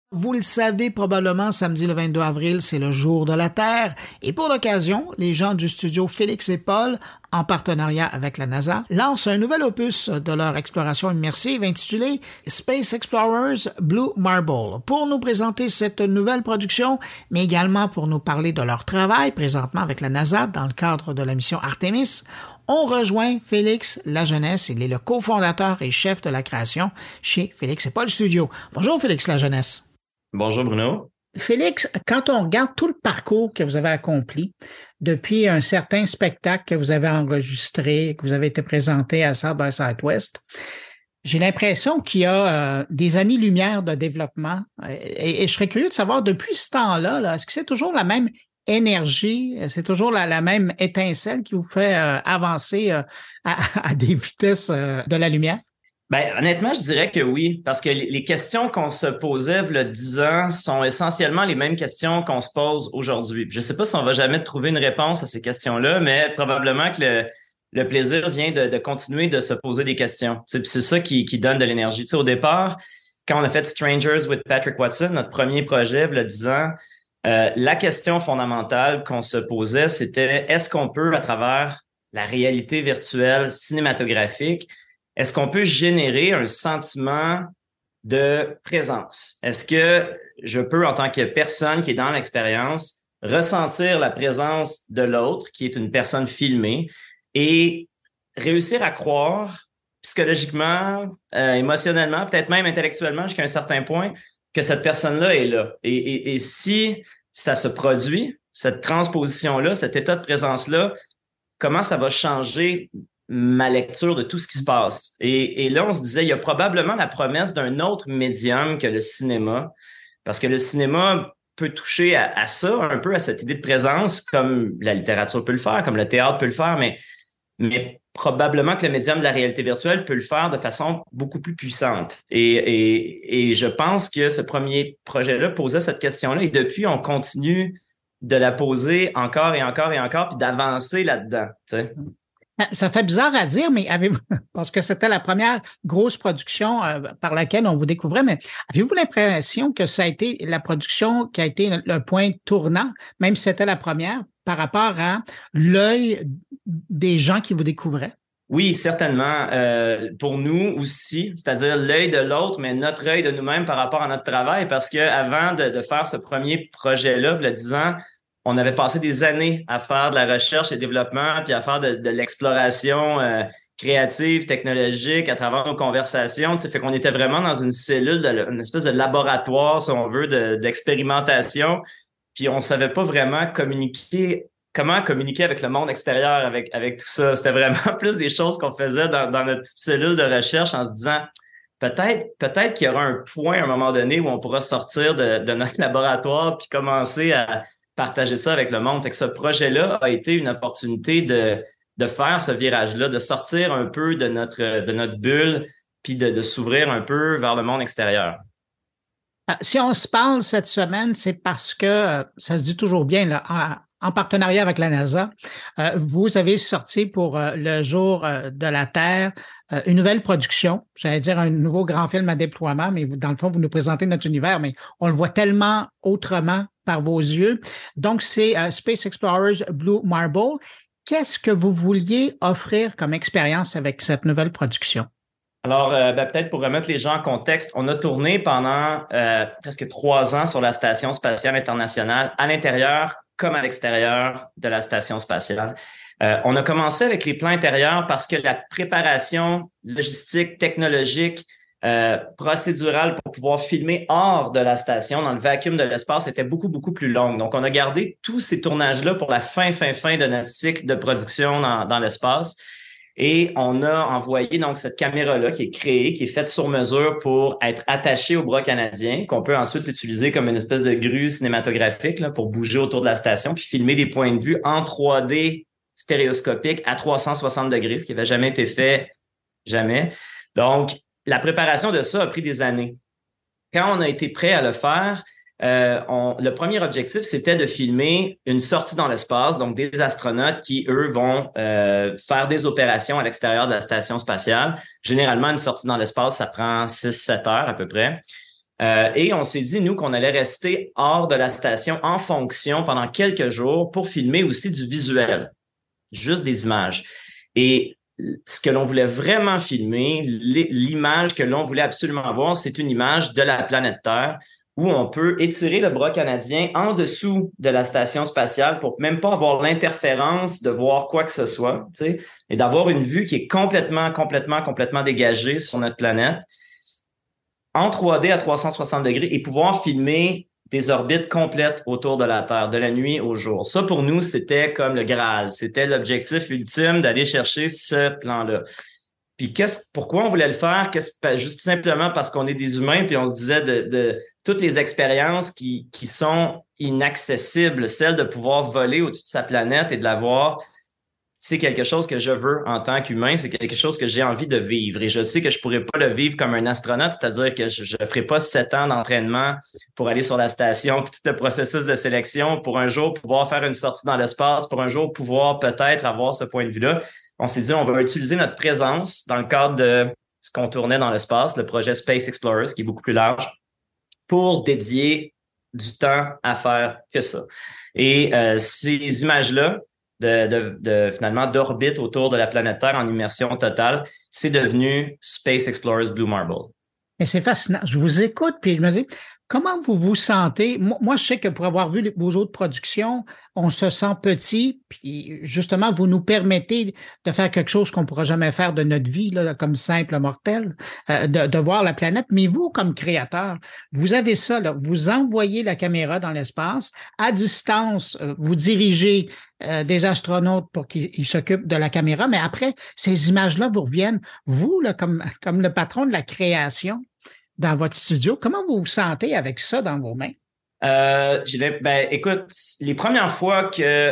Vous le savez probablement, samedi le 22 avril, c'est le jour de la Terre. Et pour l'occasion, les gens du studio Félix et Paul, en partenariat avec la NASA, lancent un nouvel opus de leur exploration immersive intitulé Space Explorers Blue Marble. Pour nous présenter cette nouvelle production, mais également pour nous parler de leur travail présentement avec la NASA dans le cadre de la mission Artemis, on rejoint Félix Lajeunesse. Il est le cofondateur et chef de la création chez Félix et Paul Studio. Bonjour Félix Lajeunesse. Bonjour Bruno. Félix, quand on regarde tout le parcours que vous avez accompli depuis un certain spectacle que vous avez enregistré, que vous avez été présenté à South by Southwest, j'ai l'impression qu'il y a des années-lumière de développement. Et je serais curieux de savoir, depuis ce temps-là, est-ce que c'est toujours la même énergie, c'est toujours la même étincelle qui vous fait avancer à des vitesses de la lumière? Ben, honnêtement, je dirais que oui, parce que les questions qu'on se posait il y a 10 ans sont essentiellement les mêmes questions qu'on se pose aujourd'hui. Je ne sais pas si on va jamais trouver une réponse à ces questions-là, mais probablement que le plaisir vient de continuer de se poser des questions. C'est ça qui donne de l'énergie. Tu sais, au départ, quand on a fait Strangers with Patrick Watson, notre premier projet, il y a 10 ans, la question fondamentale qu'on se posait, c'était est-ce qu'on peut, à travers la réalité virtuelle cinématographique, est-ce qu'on peut générer un sentiment de présence? Est-ce que je peux, en tant que personne qui est dans l'expérience, ressentir la présence de l'autre, qui est une personne filmée, et réussir à croire psychologiquement, émotionnellement, peut-être même intellectuellement jusqu'à un certain point, que cette personne-là est là. Et si ça se produit, cette transposition-là, cet état de présence-là, comment ça va changer ma lecture de tout ce qui se passe. Et là, on se disait, il y a probablement la promesse d'un autre médium que le cinéma, parce que le cinéma peut toucher à ça, un peu à cette idée de présence, comme la littérature peut le faire, comme le théâtre peut le faire, mais probablement que le médium de la réalité virtuelle peut le faire de façon beaucoup plus puissante. Et je pense que ce premier projet-là posait cette question-là, et depuis, on continue de la poser encore et encore et encore, puis d'avancer là-dedans, tu sais. Ça fait bizarre à dire, mais avez-vous, parce que c'était la première grosse production par laquelle on vous découvrait, mais avez-vous l'impression que ça a été la production qui a été le point tournant, même si c'était la première, par rapport à l'œil des gens qui vous découvraient? Oui, certainement. Pour nous aussi, c'est-à-dire l'œil de l'autre, mais notre œil de nous-mêmes par rapport à notre travail, parce que avant de faire ce premier projet-là, il y a 10 ans, on avait passé des années à faire de la recherche et développement, puis à faire de l'exploration créative, technologique à travers nos conversations. Tu sais, fait qu'on était vraiment dans une cellule, une espèce de laboratoire, si on veut, d'expérimentation. Puis on savait pas vraiment comment communiquer avec le monde extérieur avec tout ça. C'était vraiment plus des choses qu'on faisait dans notre petite cellule de recherche en se disant peut-être qu'il y aura un point à un moment donné où on pourra sortir de notre laboratoire puis commencer à partager ça avec le monde. Fait que ce projet-là a été une opportunité de faire ce virage-là, de sortir un peu de notre bulle, puis de s'ouvrir un peu vers le monde extérieur. Si on se parle cette semaine, c'est parce que ça se dit toujours bien, là, en partenariat avec la NASA, vous avez sorti pour le jour de la Terre une nouvelle production, j'allais dire un nouveau grand film à déploiement, mais vous, dans le fond, vous nous présentez notre univers, mais on le voit tellement autrement par vos yeux. Donc, c'est Space Explorers Blue Marble. Qu'est-ce que vous vouliez offrir comme expérience avec cette nouvelle production? Alors, peut-être pour remettre les gens en contexte, on a tourné pendant presque 3 ans sur la Station spatiale internationale, à l'intérieur comme à l'extérieur de la Station spatiale. On a commencé avec les plans intérieurs parce que la préparation logistique, technologique, procédurale pour pouvoir filmer hors de la station, dans le vacuum de l'espace, était beaucoup, beaucoup plus longue. Donc, on a gardé tous ces tournages-là pour la fin de notre cycle de production dans l'espace. Et on a envoyé donc cette caméra-là qui est créée, qui est faite sur mesure pour être attachée au bras canadien, qu'on peut ensuite utiliser comme une espèce de grue cinématographique là, pour bouger autour de la station, puis filmer des points de vue en 3D stéréoscopique à 360 degrés, ce qui n'avait jamais été fait, jamais. Donc, la préparation de ça a pris des années. Quand on a été prêt à le faire, le premier objectif, c'était de filmer une sortie dans l'espace, donc des astronautes qui, eux, vont faire des opérations à l'extérieur de la station spatiale. Généralement, une sortie dans l'espace, ça prend 6-7 heures à peu près. Et on s'est dit, nous, qu'on allait rester hors de la station en fonction pendant quelques jours pour filmer aussi du visuel, juste des images. Et ce que l'on voulait vraiment filmer, l'image que l'on voulait absolument avoir, c'est une image de la planète Terre où on peut étirer le bras canadien en dessous de la station spatiale pour même pas avoir l'interférence de voir quoi que ce soit, tu sais, et d'avoir une vue qui est complètement dégagée sur notre planète en 3D à 360 degrés et pouvoir filmer des orbites complètes autour de la Terre, de la nuit au jour. Ça, pour nous, c'était comme le Graal. C'était l'objectif ultime d'aller chercher ce plan-là. Puis pourquoi on voulait le faire? Juste simplement parce qu'on est des humains, puis on se disait de toutes les expériences qui sont inaccessibles, celle de pouvoir voler au-dessus de sa planète et de la voir, c'est quelque chose que je veux en tant qu'humain, c'est quelque chose que j'ai envie de vivre. Et je sais que je pourrais pas le vivre comme un astronaute, c'est-à-dire que je ferai pas 7 ans d'entraînement pour aller sur la station, puis tout le processus de sélection pour un jour pouvoir faire une sortie dans l'espace, pour un jour pouvoir peut-être avoir ce point de vue-là. On s'est dit, on va utiliser notre présence dans le cadre de ce qu'on tournait dans l'espace, le projet Space Explorers, qui est beaucoup plus large, pour dédier du temps à faire que ça. Et ces images-là, finalement d'orbite autour de la planète Terre en immersion totale, c'est devenu Space Explorers Blue Marble. Mais c'est fascinant. Je vous écoute, puis je me dis, comment vous vous sentez? Moi, je sais que pour avoir vu vos autres productions, on se sent petit, puis justement, vous nous permettez de faire quelque chose qu'on ne pourra jamais faire de notre vie, là, comme simple mortel, de voir la planète. Mais vous, comme créateur, vous avez ça, là, vous envoyez la caméra dans l'espace, à distance, vous dirigez des astronautes pour qu'ils s'occupent de la caméra, mais après, ces images-là vous reviennent, vous, là, comme le patron de la création dans votre studio, comment vous vous sentez avec ça dans vos mains? Écoute, les premières fois que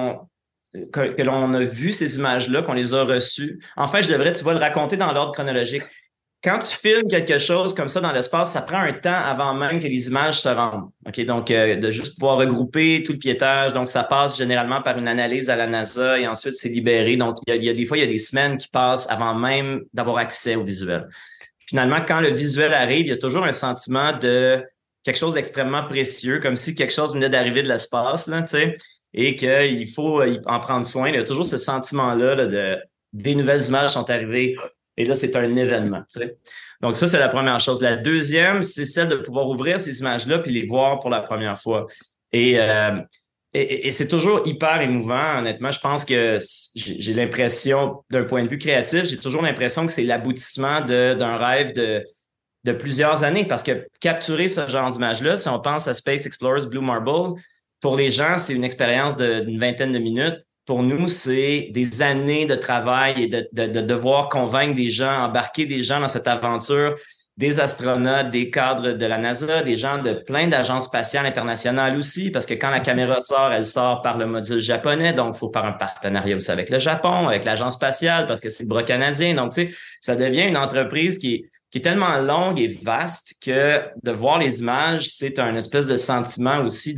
l'on a vu ces images-là, qu'on les a reçues, en fait, tu vas le raconter dans l'ordre chronologique. Quand tu filmes quelque chose comme ça dans l'espace, ça prend un temps avant même que les images se rendent. OK, donc de juste pouvoir regrouper tout le piétage. Donc, ça passe généralement par une analyse à la NASA et ensuite c'est libéré. Donc, il y a des fois, il y a des semaines qui passent avant même d'avoir accès au visuel. Finalement, quand le visuel arrive, il y a toujours un sentiment de quelque chose d'extrêmement précieux, comme si quelque chose venait d'arriver de l'espace, là, tu sais, et qu'il faut en prendre soin. Il y a toujours ce sentiment-là là, des nouvelles images sont arrivées. Et là, c'est un événement, tu sais. Donc ça, c'est la première chose. La deuxième, c'est celle de pouvoir ouvrir ces images-là puis les voir pour la première fois. Et c'est toujours hyper émouvant, honnêtement. Je pense que j'ai l'impression, d'un point de vue créatif, j'ai toujours l'impression que c'est l'aboutissement d'un rêve de plusieurs années. Parce que capturer ce genre d'image-là, si on pense à Space Explorers Blue Marble, pour les gens, c'est une expérience d'une vingtaine de minutes. Pour nous, c'est des années de travail et de devoir convaincre des gens, embarquer des gens dans cette aventure, des astronautes, des cadres de la NASA, des gens de plein d'agences spatiales internationales aussi, parce que quand la caméra sort, elle sort par le module japonais, donc il faut faire un partenariat aussi avec le Japon, avec l'agence spatiale, parce que c'est le bras canadien. Donc, tu sais, ça devient une entreprise qui est tellement longue et vaste que de voir les images, c'est un espèce de sentiment aussi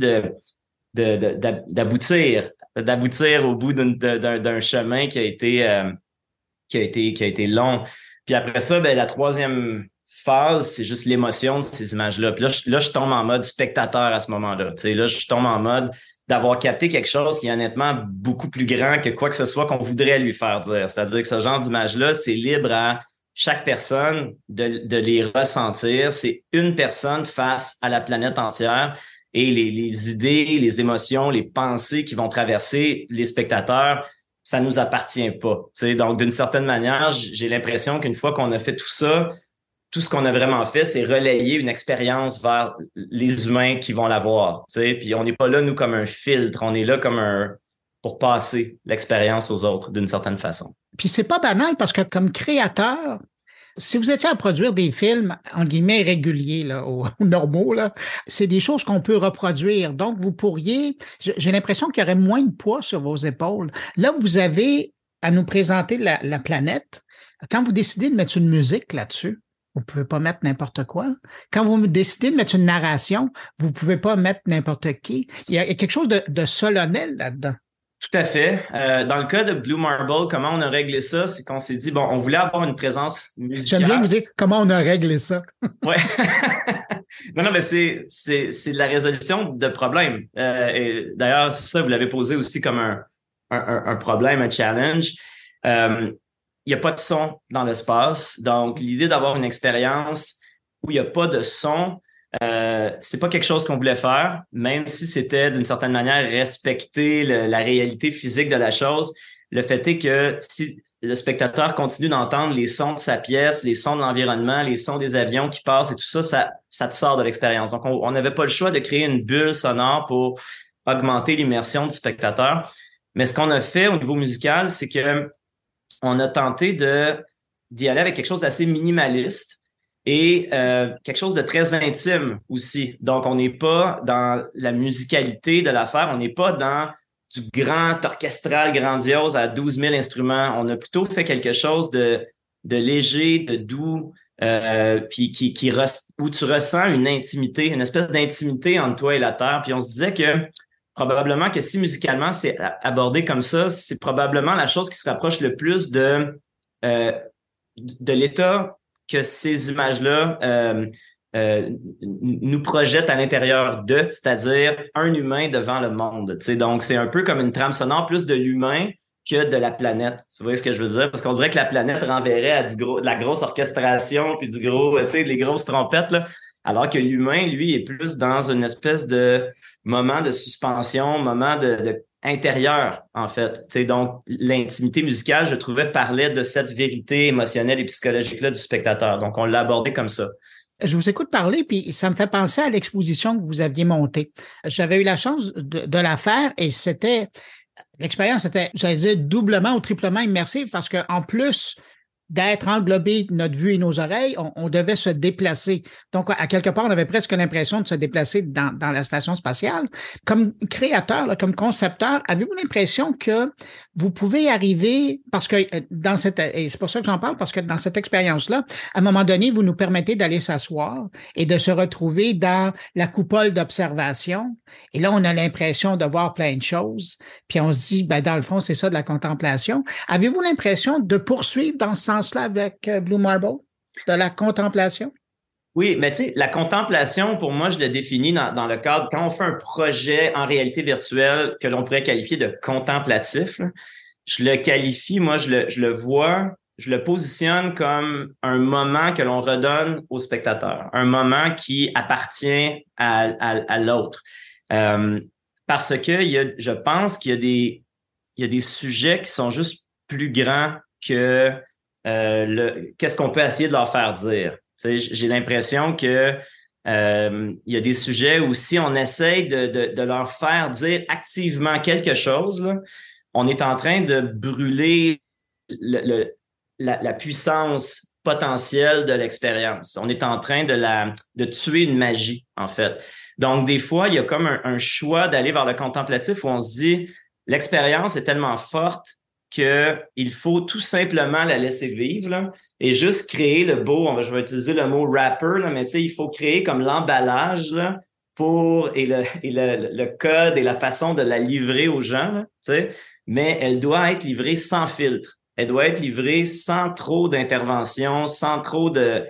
d'aboutir au bout d'un chemin qui a été long. Puis après ça, ben la troisième phase, c'est juste l'émotion de ces images-là. Puis là, je tombe en mode spectateur à ce moment-là. Tu sais, là, je tombe en mode d'avoir capté quelque chose qui est honnêtement beaucoup plus grand que quoi que ce soit qu'on voudrait lui faire dire. C'est-à-dire que ce genre d'image-là, c'est libre à chaque personne de les ressentir. C'est une personne face à la planète entière. Et les idées, les émotions, les pensées qui vont traverser les spectateurs, ça nous appartient pas. T'sais. Donc, d'une certaine manière, j'ai l'impression qu'une fois qu'on a fait tout ça, tout ce qu'on a vraiment fait, c'est relayer une expérience vers les humains qui vont la voir. Puis on n'est pas là, nous, comme un filtre. On est là pour passer l'expérience aux autres d'une certaine façon. Puis c'est pas banal parce que comme créateur, si vous étiez à produire des films, en guillemets, réguliers, là, ou normaux, là, c'est des choses qu'on peut reproduire. Donc, vous pourriez, j'ai l'impression qu'il y aurait moins de poids sur vos épaules. Là, vous avez à nous présenter la planète. Quand vous décidez de mettre une musique là-dessus, vous pouvez pas mettre n'importe quoi. Quand vous décidez de mettre une narration, vous pouvez pas mettre n'importe qui. Il y a quelque chose de solennel là-dedans. Tout à fait. Dans le cas de Blue Marble, comment on a réglé ça? C'est qu'on s'est dit, bon, on voulait avoir une présence musicale. J'aime bien que vous dites comment on a réglé ça. Ouais. Non, mais c'est la résolution de problèmes. Et d'ailleurs, c'est ça, vous l'avez posé aussi comme un problème, un challenge. Il n'y a pas de son dans l'espace. Donc, l'idée d'avoir une expérience où il n'y a pas de son, c'est pas quelque chose qu'on voulait faire, même si c'était d'une certaine manière respecter la réalité physique de la chose. Le fait est que si le spectateur continue d'entendre les sons de sa pièce, les sons de l'environnement, les sons des avions qui passent et tout ça, ça te sort de l'expérience. Donc, on n'avait pas le choix de créer une bulle sonore pour augmenter l'immersion du spectateur. Mais ce qu'on a fait au niveau musical, c'est que on a tenté d'y aller avec quelque chose d'assez minimaliste et quelque chose de très intime aussi. Donc, on n'est pas dans la musicalité de l'affaire, on n'est pas dans du grand orchestral grandiose à 12 000 instruments. On a plutôt fait quelque chose de léger, de doux, puis où tu ressens une intimité, une espèce d'intimité entre toi et la terre. Puis on se disait que probablement que si musicalement c'est abordé comme ça, c'est probablement la chose qui se rapproche le plus de l'état que ces images-là nous projettent à l'intérieur d'eux, c'est-à-dire un humain devant le monde. Tu sais, donc, c'est un peu comme une trame sonore plus de l'humain que de la planète. Tu vois ce que je veux dire? Parce qu'on dirait que la planète renverrait à de la grosse orchestration puis du gros, tu sais, les grosses trompettes, là. Alors que l'humain, lui, est plus dans une espèce de moment de suspension, moment de intérieur, en fait. Tu sais, donc, l'intimité musicale, je trouvais, parlait de cette vérité émotionnelle et psychologique-là du spectateur. Donc, on l'a abordé comme ça. Je vous écoute parler, puis ça me fait penser à l'exposition que vous aviez montée. J'avais eu la chance de la faire et l'expérience était, j'allais dire, doublement ou triplement immersive parce que en plus d'être englobé notre vue et nos oreilles, on devait se déplacer. Donc, à quelque part, on avait presque l'impression de se déplacer dans la station spatiale. Comme créateur, là, comme concepteur, avez-vous l'impression que vous pouvez arriver, parce que et c'est pour ça que j'en parle, parce que dans cette expérience-là, à un moment donné, vous nous permettez d'aller s'asseoir et de se retrouver dans la coupole d'observation. Et là, on a l'impression de voir plein de choses. Puis on se dit, ben, dans le fond, c'est ça de la contemplation. Avez-vous l'impression de poursuivre dans ce sens-là avec Blue Marble, de la contemplation? Oui, mais tu sais, la contemplation, pour moi, je le définis dans le cadre, quand on fait un projet en réalité virtuelle que l'on pourrait qualifier de contemplatif, là, je le qualifie, moi, je le vois, je le positionne comme un moment que l'on redonne au spectateur, un moment qui appartient à l'autre. Parce que je pense qu'il y a des sujets qui sont juste plus grands que qu'est-ce qu'on peut essayer de leur faire dire. Tu sais, j'ai l'impression que il y a des sujets où si on essaye de leur faire dire activement quelque chose, là, on est en train de brûler la puissance potentielle de l'expérience. On est en train de tuer une magie, en fait. Donc, des fois, il y a comme un choix d'aller vers le contemplatif où on se dit, l'expérience est tellement forte qu'il faut tout simplement la laisser vivre là, et juste créer le beau, je vais utiliser le mot wrapper, là, mais tu sais, il faut créer comme l'emballage là, et le code et la façon de la livrer aux gens, là, tu sais, mais elle doit être livrée sans filtre. Elle doit être livrée sans trop d'intervention, sans trop de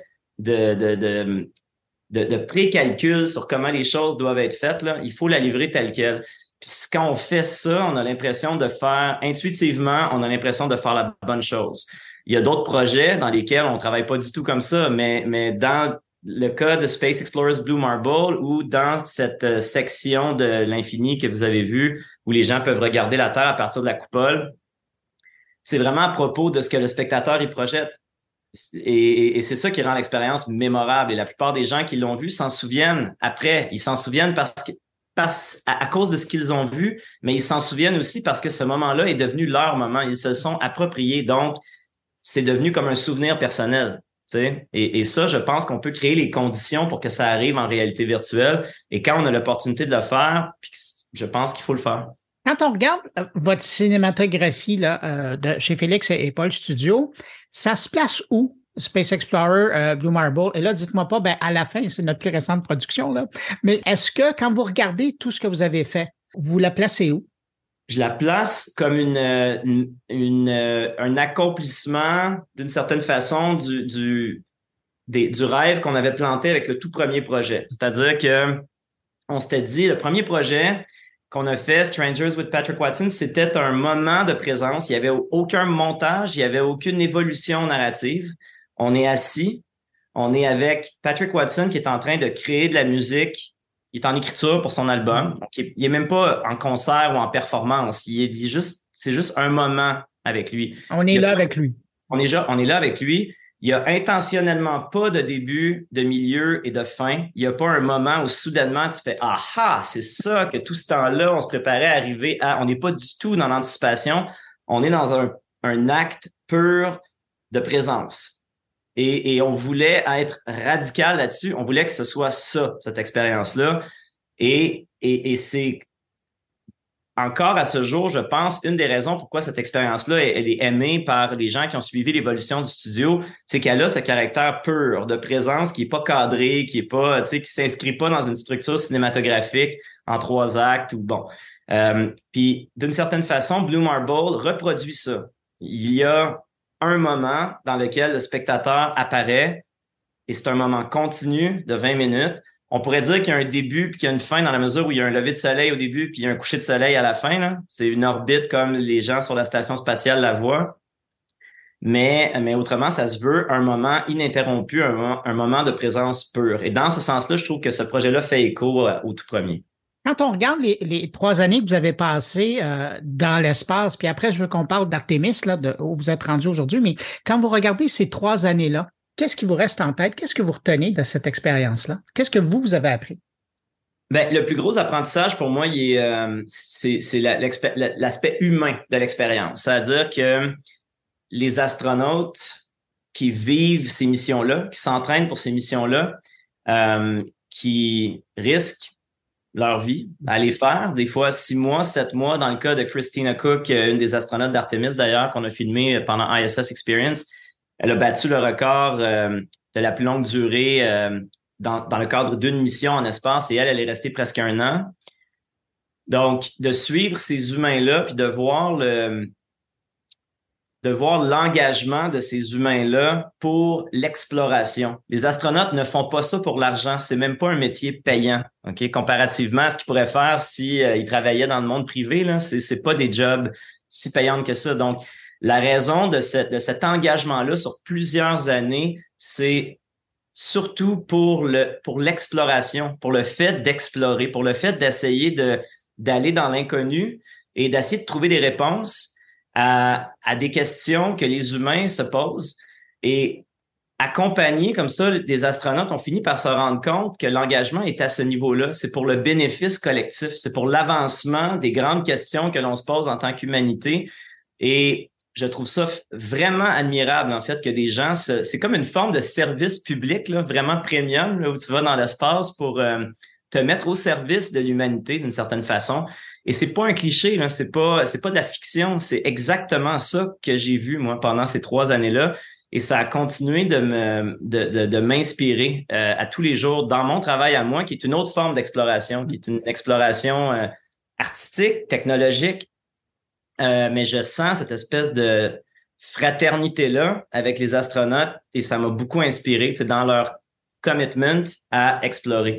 pré-calcul sur comment les choses doivent être faites. Là. Il faut la livrer telle quelle. Puis quand on fait ça, on a l'impression de faire, intuitivement, on a l'impression de faire la bonne chose. Il y a d'autres projets dans lesquels on travaille pas du tout comme ça, mais dans le cas de Space Explorers Blue Marble ou dans cette section de l'infini que vous avez vue, où les gens peuvent regarder la Terre à partir de la coupole, c'est vraiment à propos de ce que le spectateur y projette. Et c'est ça qui rend l'expérience mémorable. Et la plupart des gens qui l'ont vu s'en souviennent après. Ils s'en souviennent à cause de ce qu'ils ont vu, mais ils s'en souviennent aussi parce que ce moment-là est devenu leur moment. Ils se sont appropriés. Donc, c'est devenu comme un souvenir personnel. Tu sais? Et ça, je pense qu'on peut créer les conditions pour que ça arrive en réalité virtuelle. Et quand on a l'opportunité de le faire, puis je pense qu'il faut le faire. Quand on regarde votre cinématographie là, de chez Félix et Paul Studio, ça se place où? Space Explorer, Blue Marble. Et là, dites-moi pas, à la fin, c'est notre plus récente production, là. Mais est-ce que quand vous regardez tout ce que vous avez fait, vous la placez où? je la place comme un accomplissement d'une certaine façon du rêve qu'on avait planté avec le tout premier projet. C'est-à-dire que on s'était dit, le premier projet qu'on a fait, Strangers with Patrick Watson, c'était un moment de présence. Il n'y avait aucun montage, il n'y avait aucune évolution narrative. On est assis, on est avec Patrick Watson qui est en train de créer de la musique. Il est en écriture pour son album. Donc, il est même pas en concert ou en performance. C'est juste un moment avec lui. On est là avec lui. On est là avec lui. Il y a intentionnellement pas de début, de milieu et de fin. Il y a pas un moment où soudainement tu fais ah, c'est ça que tout ce temps-là, on se préparait à arriver à. On n'est pas du tout dans l'anticipation. On est dans un acte pur de présence. Et on voulait être radical là-dessus. On voulait que ce soit ça, cette expérience-là. Et c'est encore à ce jour, je pense, une des raisons pourquoi cette expérience-là, elle est aimée par les gens qui ont suivi l'évolution du studio, c'est qu'elle a ce caractère pur de présence qui est pas cadré, qui est pas, tu sais, qui s'inscrit pas dans une structure cinématographique en 3 actes ou bon. Puis d'une certaine façon, Blue Marble reproduit ça. Il y a un moment dans lequel le spectateur apparaît et c'est un moment continu de 20 minutes. On pourrait dire qu'il y a un début puis qu'il y a une fin dans la mesure où il y a un lever de soleil au début puis il y a un coucher de soleil à la fin, là. C'est une orbite comme les gens sur la station spatiale la voient. Mais autrement, ça se veut un moment ininterrompu, un moment de présence pure. Et dans ce sens-là, je trouve que ce projet-là fait écho au tout premier. Quand on regarde les 3 années que vous avez passées dans l'espace, puis après, je veux qu'on parle d'Artemis, là, où vous êtes rendu aujourd'hui, mais quand vous regardez ces 3 années-là, qu'est-ce qui vous reste en tête? Qu'est-ce que vous retenez de cette expérience-là? Qu'est-ce que vous avez appris? Ben, le plus gros apprentissage pour moi, c'est l'aspect humain de l'expérience. C'est-à-dire que les astronautes qui vivent ces missions-là, qui s'entraînent pour ces missions-là, qui risquent leur vie à les faire, des fois 6 mois, 7 mois, dans le cas de Christina Cook, une des astronautes d'Artemis d'ailleurs, qu'on a filmé pendant ISS Experience. Elle a battu le record de la plus longue durée dans le cadre d'une mission en espace et elle est restée presque 1 an. Donc, de suivre ces humains-là puis de voir l'engagement de ces humains-là pour l'exploration. Les astronautes ne font pas ça pour l'argent. C'est même pas un métier payant, ok? Comparativement à ce qu'ils pourraient faire si ils travaillaient dans le monde privé, là. C'est pas des jobs si payants que ça. Donc, la raison de cet engagement-là sur plusieurs années, c'est surtout pour l'exploration, pour le fait d'explorer, pour le fait d'essayer d'aller dans l'inconnu et d'essayer de trouver des réponses à des questions que les humains se posent. Et accompagner comme ça des astronautes, on finit par se rendre compte que l'engagement est à ce niveau-là. C'est pour le bénéfice collectif, c'est pour l'avancement des grandes questions que l'on se pose en tant qu'humanité. Et je trouve ça vraiment admirable, en fait, que des gens, c'est comme une forme de service public, là, vraiment premium, là, où tu vas dans l'espace pour te mettre au service de l'humanité d'une certaine façon. Et c'est pas un cliché, là, c'est pas de la fiction, c'est exactement ça que j'ai vu, moi, pendant ces 3 années-là. Et ça a continué de m'inspirer à tous les jours dans mon travail à moi, qui est une autre forme d'exploration, qui est une exploration artistique, technologique. Mais je sens cette espèce de fraternité-là avec les astronautes et ça m'a beaucoup inspiré, tu sais, dans leur commitment à explorer.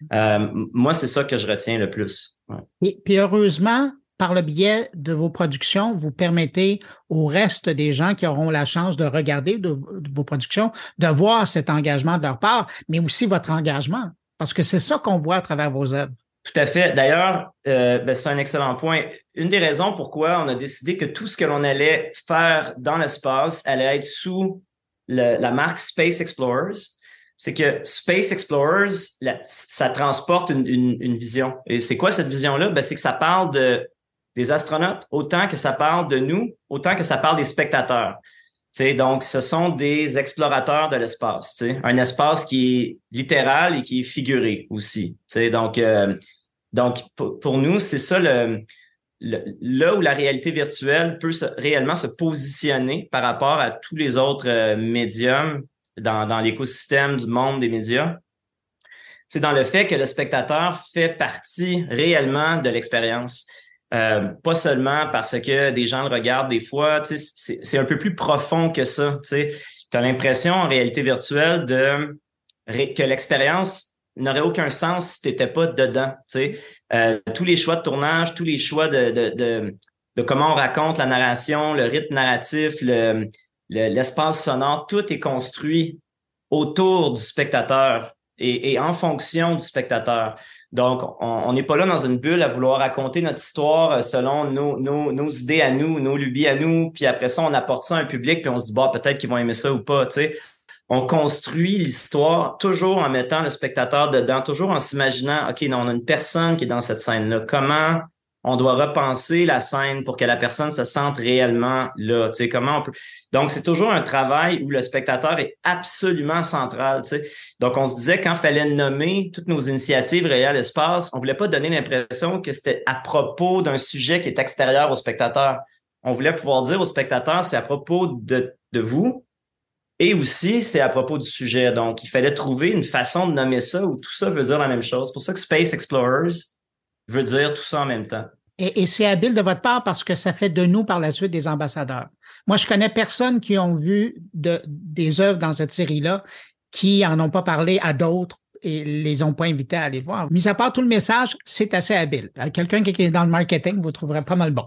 Moi, c'est ça que je retiens le plus. Ouais. Et puis heureusement, par le biais de vos productions, vous permettez au reste des gens qui auront la chance de regarder de vos productions, de voir cet engagement de leur part, mais aussi votre engagement, parce que c'est ça qu'on voit à travers vos œuvres. Tout à fait. D'ailleurs, c'est un excellent point. Une des raisons pourquoi on a décidé que tout ce que l'on allait faire dans l'espace allait être sous la marque Space Explorers, c'est que Space Explorers, ça transporte une vision. Et c'est quoi cette vision-là? Ben, c'est que ça parle des astronautes autant que ça parle de nous, autant que ça parle des spectateurs. T'sais, donc, ce sont des explorateurs de l'espace. T'sais. Un espace qui est littéral et qui est figuré aussi. T'sais. Donc, pour nous, c'est ça là où la réalité virtuelle peut réellement se positionner par rapport à tous les autres médiums dans l'écosystème du monde des médias. C'est dans le fait que le spectateur fait partie réellement de l'expérience. Pas seulement parce que des gens le regardent des fois, tu sais, c'est un peu plus profond que ça. Tu sais, t'as l'impression en réalité virtuelle que l'expérience n'aurait aucun sens si t'étais pas dedans. Tu sais, tous les choix de tournage, tous les choix de comment on raconte la narration, le rythme narratif, l'espace sonore, tout est construit autour du spectateur et en fonction du spectateur. Donc, on n'est pas là dans une bulle à vouloir raconter notre histoire selon nos idées à nous, nos lubies à nous, puis après ça, on apporte ça à un public, puis on se dit, bah, peut-être qu'ils vont aimer ça ou pas, tu sais. On construit l'histoire toujours en mettant le spectateur dedans, toujours en s'imaginant, OK, non, on a une personne qui est dans cette scène-là. Comment on doit repenser la scène pour que la personne se sente réellement là? Tu sais, comment on peut... Donc, c'est toujours un travail où le spectateur est absolument central, tu sais. Donc, on se disait, quand il fallait nommer toutes nos initiatives Réal Espace, on voulait pas donner l'impression que c'était à propos d'un sujet qui est extérieur au spectateur. On voulait pouvoir dire au spectateur, c'est à propos de vous, et aussi, c'est à propos du sujet. Donc, il fallait trouver une façon de nommer ça où tout ça veut dire la même chose. C'est pour ça que Space Explorers veut dire tout ça en même temps. Et c'est habile de votre part parce que ça fait de nous par la suite des ambassadeurs. Moi, je connais personne qui ont vu des œuvres dans cette série-là qui en ont pas parlé à d'autres et les ont pas invités à aller voir. Mis à part tout le message, c'est assez habile. Quelqu'un qui est dans le marketing, vous trouverez pas mal bon.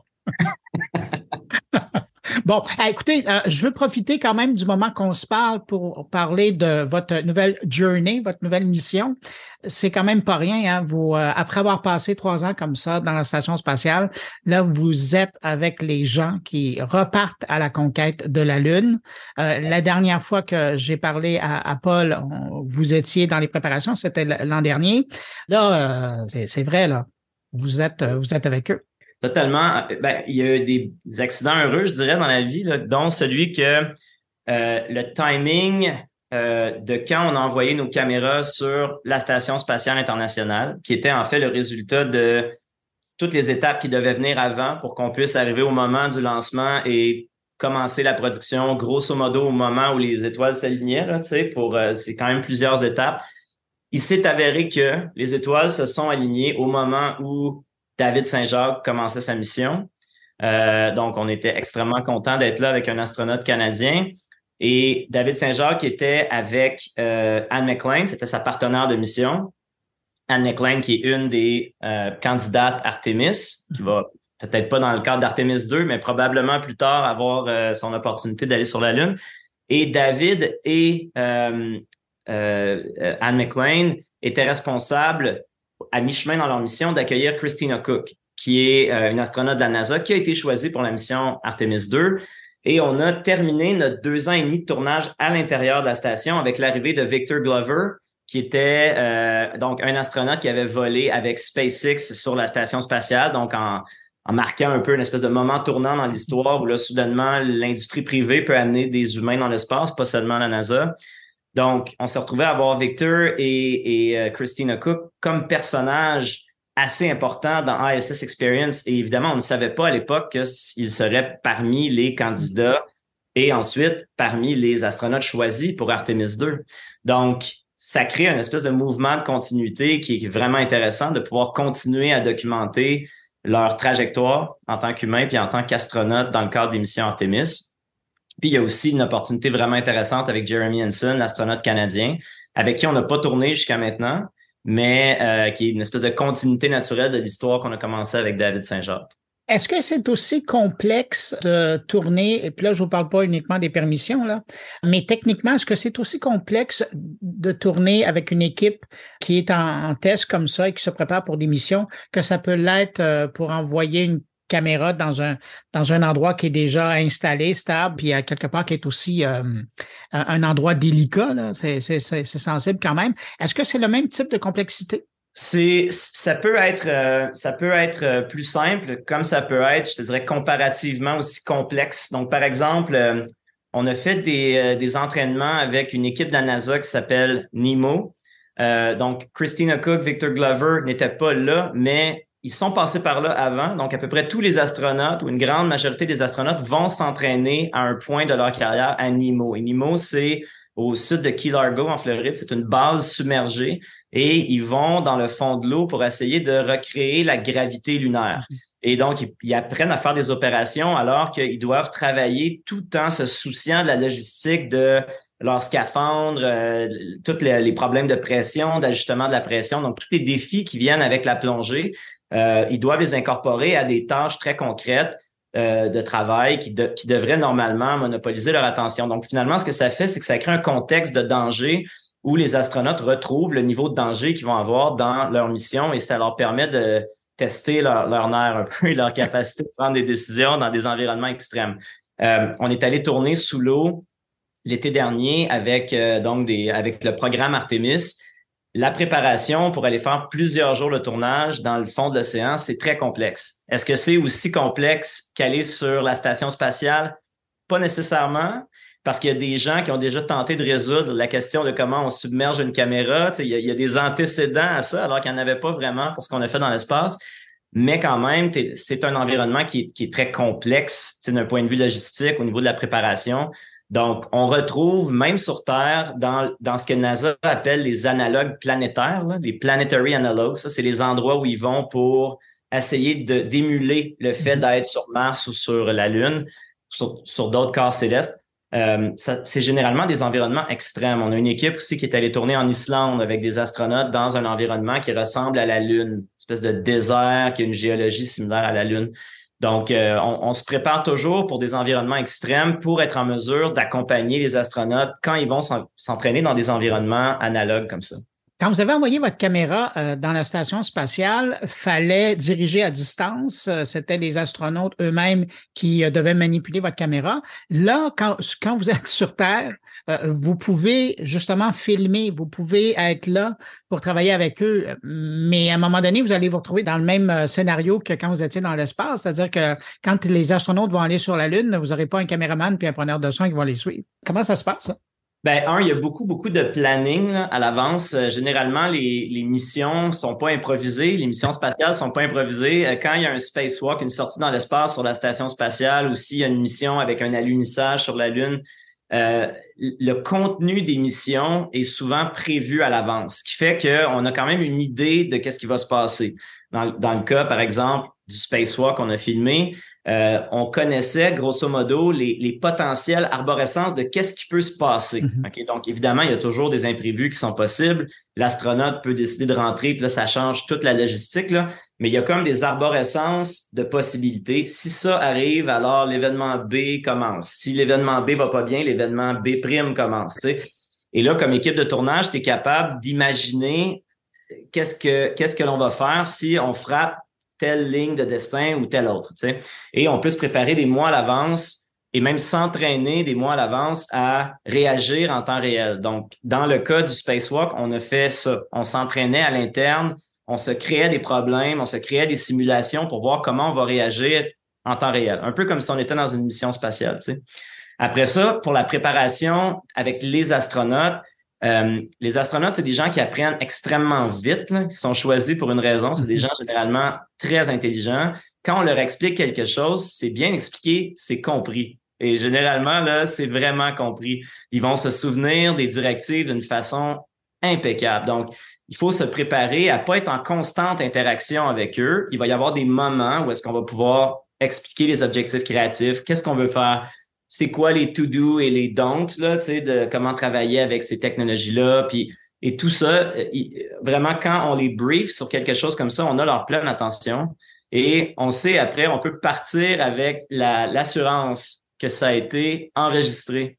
Bon, écoutez, je veux profiter quand même du moment qu'on se parle pour parler de votre nouvelle journey, votre nouvelle mission. C'est quand même pas rien, hein? Vous, après avoir passé 3 ans comme ça dans la station spatiale, là, vous êtes avec les gens qui repartent à la conquête de la Lune. La dernière fois que j'ai parlé à Paul, vous étiez dans les préparations, c'était l'an dernier. Là, c'est vrai, là. Vous êtes avec eux. Totalement. Ben, il y a eu des accidents heureux, je dirais, dans la vie, là, dont celui que le timing de quand on a envoyé nos caméras sur la Station spatiale internationale, qui était en fait le résultat de toutes les étapes qui devaient venir avant pour qu'on puisse arriver au moment du lancement et commencer la production, grosso modo, au moment où les étoiles s'alignaient, là, tu sais, c'est quand même plusieurs étapes. Il s'est avéré que les étoiles se sont alignées au moment où David Saint-Jacques commençait sa mission. Donc, on était extrêmement content d'être là avec un astronaute canadien. Et David Saint-Jacques était avec Anne McClain, c'était sa partenaire de mission. Anne McClain, qui est une des candidates Artemis, qui va peut-être pas dans le cadre d'Artemis 2, mais probablement plus tard avoir son opportunité d'aller sur la Lune. Et David et Anne McClain étaient responsables à mi-chemin dans leur mission d'accueillir Christina Cook, qui est une astronaute de la NASA qui a été choisie pour la mission Artemis 2. Et on a terminé notre 2 ans et demi de tournage à l'intérieur de la station avec l'arrivée de Victor Glover, qui était donc un astronaute qui avait volé avec SpaceX sur la station spatiale, donc en marquant un peu une espèce de moment tournant dans l'histoire où là, soudainement, l'industrie privée peut amener des humains dans l'espace, pas seulement la NASA. Donc, on s'est retrouvé à avoir Victor et Christina Cook comme personnages assez importants dans ISS Experience. Et évidemment, on ne savait pas à l'époque qu'ils seraient parmi les candidats et ensuite parmi les astronautes choisis pour Artemis 2. Donc, ça crée une espèce de mouvement de continuité qui est vraiment intéressant de pouvoir continuer à documenter leur trajectoire en tant qu'humain puis en tant qu'astronaute dans le cadre des missions Artemis. Puis il y a aussi une opportunité vraiment intéressante avec Jeremy Hansen, l'astronaute canadien, avec qui on n'a pas tourné jusqu'à maintenant, mais qui est une espèce de continuité naturelle de l'histoire qu'on a commencé avec David Saint-Jacques. Est-ce que c'est aussi complexe de tourner, et puis là, je vous parle pas uniquement des permissions, là, mais techniquement, est-ce que c'est aussi complexe de tourner avec une équipe qui est en test comme ça et qui se prépare pour des missions que ça peut l'être pour envoyer une caméra dans un endroit qui est déjà installé, stable, puis à quelque part qui est aussi un endroit délicat, là, c'est sensible quand même. Est-ce que c'est le même type de complexité? Ça peut être plus simple, comme ça peut être, je te dirais, comparativement aussi complexe. Donc, par exemple, on a fait des entraînements avec une équipe de la NASA qui s'appelle NEMO. Donc, Christina Cook, Victor Glover n'étaient pas là, mais ils sont passés par là avant. Donc, à peu près tous les astronautes ou une grande majorité des astronautes vont s'entraîner à un point de leur carrière à NEMO. Et NEMO, c'est au sud de Key Largo, en Floride. C'est une base submergée et ils vont dans le fond de l'eau pour essayer de recréer la gravité lunaire. Et donc, ils apprennent à faire des opérations alors qu'ils doivent travailler tout en se souciant de la logistique de leur scaphandre, tous les problèmes de pression, d'ajustement de la pression, donc tous les défis qui viennent avec la plongée. Ils doivent les incorporer à des tâches très concrètes de travail qui devraient normalement monopoliser leur attention. Donc, finalement, ce que ça fait, c'est que ça crée un contexte de danger où les astronautes retrouvent le niveau de danger qu'ils vont avoir dans leur mission et ça leur permet de tester leur nerf un peu et leur capacité de prendre des décisions dans des environnements extrêmes. On est allé tourner sous l'eau l'été dernier avec avec le programme Artemis. La préparation pour aller faire plusieurs jours de tournage dans le fond de l'océan, c'est très complexe. Est-ce que c'est aussi complexe qu'aller sur la station spatiale? Pas nécessairement, parce qu'il y a des gens qui ont déjà tenté de résoudre la question de comment on submerge une caméra. Il y a des antécédents à ça, alors qu'il n'y en avait pas vraiment pour ce qu'on a fait dans l'espace. Mais quand même, c'est un environnement qui est très complexe d'un point de vue logistique, au niveau de la préparation. Donc, on retrouve, même sur Terre, dans ce que NASA appelle les analogues planétaires, là, les planetary analogues. Ça, c'est les endroits où ils vont pour essayer d'émuler le fait d'être sur Mars ou sur la Lune, sur d'autres corps célestes. C'est généralement des environnements extrêmes. On a une équipe aussi qui est allée tourner en Islande avec des astronautes dans un environnement qui ressemble à la Lune, une espèce de désert qui a une géologie similaire à la Lune. Donc, on se prépare toujours pour des environnements extrêmes pour être en mesure d'accompagner les astronautes quand ils vont s'entraîner dans des environnements analogues comme ça. Quand vous avez envoyé votre caméra dans la station spatiale, fallait diriger à distance. C'était les astronautes eux-mêmes qui devaient manipuler votre caméra. Là, quand vous êtes sur Terre, vous pouvez justement filmer, vous pouvez être là pour travailler avec eux. Mais à un moment donné, vous allez vous retrouver dans le même scénario que quand vous étiez dans l'espace. C'est-à-dire que quand les astronautes vont aller sur la Lune, vous n'aurez pas un caméraman puis un preneur de son qui vont les suivre. Comment ça se passe, ça? Ben, il y a beaucoup de planning là, à l'avance. Généralement, les missions sont pas improvisées, les missions spatiales sont pas improvisées. Quand il y a un spacewalk, une sortie dans l'espace sur la station spatiale, ou s'il y a une mission avec un alunissage sur la Lune, le contenu des missions est souvent prévu à l'avance, ce qui fait qu'on a quand même une idée de qu'est-ce qui va se passer. Dans le cas, par exemple, du spacewalk qu'on a filmé, on connaissait grosso modo les potentielles arborescences de qu'est-ce qui peut se passer. Okay? Donc, évidemment, il y a toujours des imprévus qui sont possibles. L'astronaute peut décider de rentrer, puis là, ça change toute la logistique, là. Mais il y a comme des arborescences de possibilités. Si ça arrive, alors l'événement B commence. Si l'événement B va pas bien, l'événement B' commence. Tu sais. Et là, comme équipe de tournage, tu es capable d'imaginer qu'est-ce que l'on va faire si on frappe telle ligne de destin ou telle autre, tu sais. Et on peut se préparer des mois à l'avance et même s'entraîner des mois à l'avance à réagir en temps réel. Donc, dans le cas du spacewalk, on a fait ça. On s'entraînait à l'interne, on se créait des problèmes, on se créait des simulations pour voir comment on va réagir en temps réel. Un peu comme si on était dans une mission spatiale, tu sais. Après ça, pour la préparation avec les astronautes, c'est des gens qui apprennent extrêmement vite, là. Ils sont choisis pour une raison. C'est des gens généralement très intelligents. Quand on leur explique quelque chose, c'est bien expliqué, c'est compris. Et généralement, là, c'est vraiment compris. Ils vont se souvenir des directives d'une façon impeccable. Donc, il faut se préparer à pas être en constante interaction avec eux. Il va y avoir des moments où est-ce qu'on va pouvoir expliquer les objectifs créatifs, qu'est-ce qu'on veut faire, c'est quoi les to-do et les don't, là, tu sais, de comment travailler avec ces technologies-là, puis et tout ça, vraiment, quand on les brief sur quelque chose comme ça, on a leur pleine attention et on sait après, on peut partir avec l'assurance que ça a été enregistré.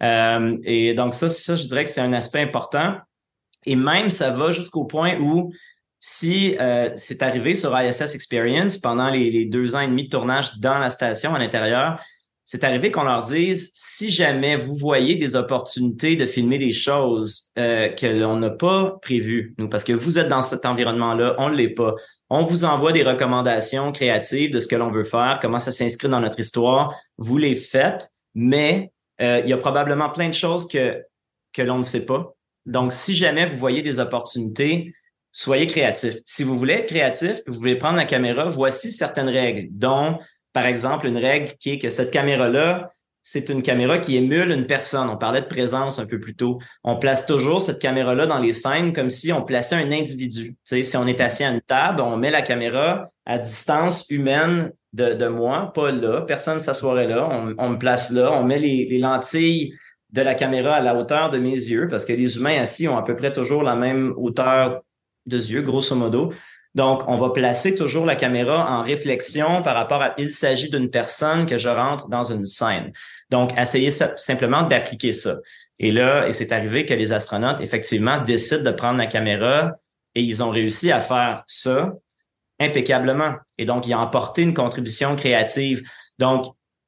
Et donc ça, je dirais que c'est un aspect important. Et même, ça va jusqu'au point où si c'est arrivé sur ISS Experience pendant les 2 ans et demi de tournage dans la station à l'intérieur, c'est arrivé qu'on leur dise, si jamais vous voyez des opportunités de filmer des choses que l'on n'a pas prévues, nous, parce que vous êtes dans cet environnement-là, on ne l'est pas. On vous envoie des recommandations créatives de ce que l'on veut faire, comment ça s'inscrit dans notre histoire. Vous les faites, mais il y a probablement plein de choses que l'on ne sait pas. Donc, si jamais vous voyez des opportunités, soyez créatifs. Si vous voulez être créatif, vous voulez prendre la caméra, voici certaines règles, dont par exemple, une règle qui est que cette caméra-là, c'est une caméra qui émule une personne. On parlait de présence un peu plus tôt. On place toujours cette caméra-là dans les scènes comme si on plaçait un individu. Tu sais, si on est assis à une table, on met la caméra à distance humaine de moi, pas là. Personne ne s'assoirait là. On me place là. On met les lentilles de la caméra à la hauteur de mes yeux parce que les humains assis ont à peu près toujours la même hauteur de yeux, grosso modo. Donc, on va placer toujours la caméra en réflexion par rapport à il s'agit d'une personne que je rentre dans une scène. Donc, essayez simplement d'appliquer ça. Et là, c'est arrivé que les astronautes, effectivement, décident de prendre la caméra et ils ont réussi à faire ça impeccablement. Et donc, ils ont apporté une contribution créative. Donc,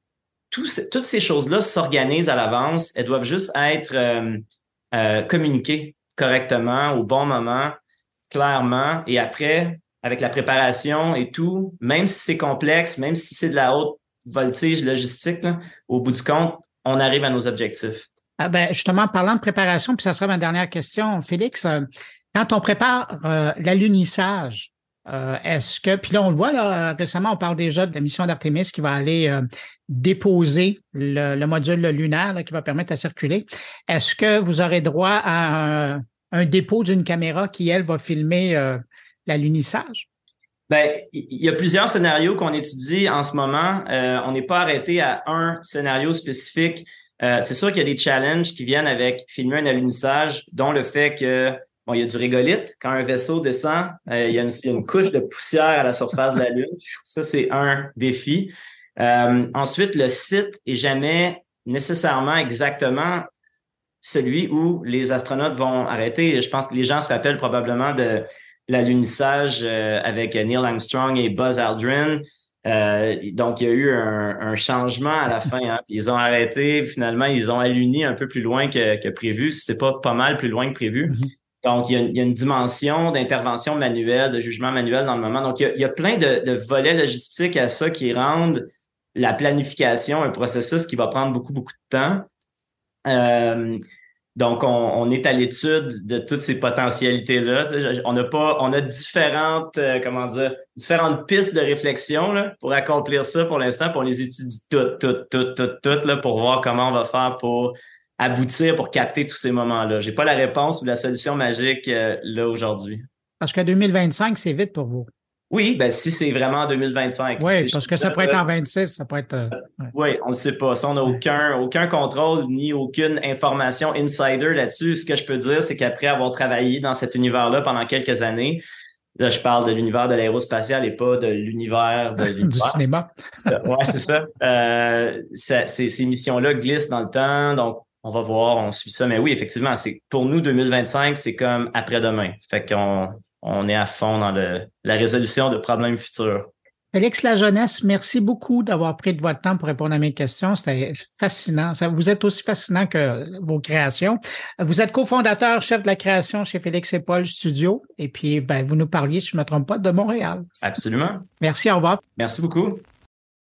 toutes ces choses-là s'organisent à l'avance. Elles doivent juste être communiquées correctement, au bon moment, clairement. Et après, avec la préparation et tout, même si c'est complexe, même si c'est de la haute voltige logistique, là, au bout du compte, on arrive à nos objectifs. Ah ben, justement, parlant de préparation, puis ça sera ma dernière question, Félix, quand on prépare l'alunissage, est-ce que, puis là, on le voit, là, récemment, on parle déjà de la mission d'Artémis qui va aller déposer le module lunaire là, qui va permettre à circuler. Est-ce que vous aurez droit à un dépôt d'une caméra qui, elle, va filmer l'alunissage? Ben, il y a plusieurs scénarios qu'on étudie en ce moment. On n'est pas arrêté à un scénario spécifique. C'est sûr qu'il y a des challenges qui viennent avec filmer un alunissage, dont le fait que bon, il y a du régolithe. Quand un vaisseau descend, il y a une couche de poussière à la surface de la Lune. Ça, c'est un défi. Ensuite, le site est jamais nécessairement exactement celui où les astronautes vont arrêter. Je pense que les gens se rappellent probablement de l'alunissage avec Neil Armstrong et Buzz Aldrin. Donc, il y a eu un changement à la fin. Hein. Ils ont arrêté. Finalement, ils ont aluni un peu plus loin que prévu. C'est pas mal plus loin que prévu. Mm-hmm. Donc, il y a une dimension d'intervention manuelle, de jugement manuel dans le moment. Donc, il y a plein de volets logistiques à ça qui rendent la planification un processus qui va prendre beaucoup, beaucoup de temps. Donc, on est à l'étude de toutes ces potentialités-là. On a différentes pistes de réflexion là, pour accomplir ça pour l'instant, puis on les étudie toutes là, pour voir comment on va faire pour aboutir, pour capter tous ces moments-là. J'ai pas la réponse ou la solution magique là aujourd'hui. Parce que 2025, c'est vite pour vous. Oui, ben si c'est vraiment en 2025. Oui, parce que ça pourrait être en 26, ça pourrait être... ouais. Oui, on ne sait pas. Ça, on n'a aucun contrôle ni aucune information insider là-dessus. Ce que je peux dire, c'est qu'après avoir travaillé dans cet univers-là pendant quelques années, là, je parle de l'univers de l'aérospatial et pas de l'univers du cinéma. Oui, c'est ça. Ces missions-là glissent dans le temps, donc on va voir, on suit ça. Mais oui, effectivement, pour nous, 2025, c'est comme après-demain. Fait qu'on est à fond dans la résolution de problèmes futurs. Félix Lajeunesse, merci beaucoup d'avoir pris de votre temps pour répondre à mes questions. C'était fascinant. Vous êtes aussi fascinant que vos créations. Vous êtes cofondateur, chef de la création chez Félix et Paul Studio. Et puis, vous nous parliez, si je ne me trompe pas, de Montréal. Absolument. Merci, au revoir. Merci beaucoup.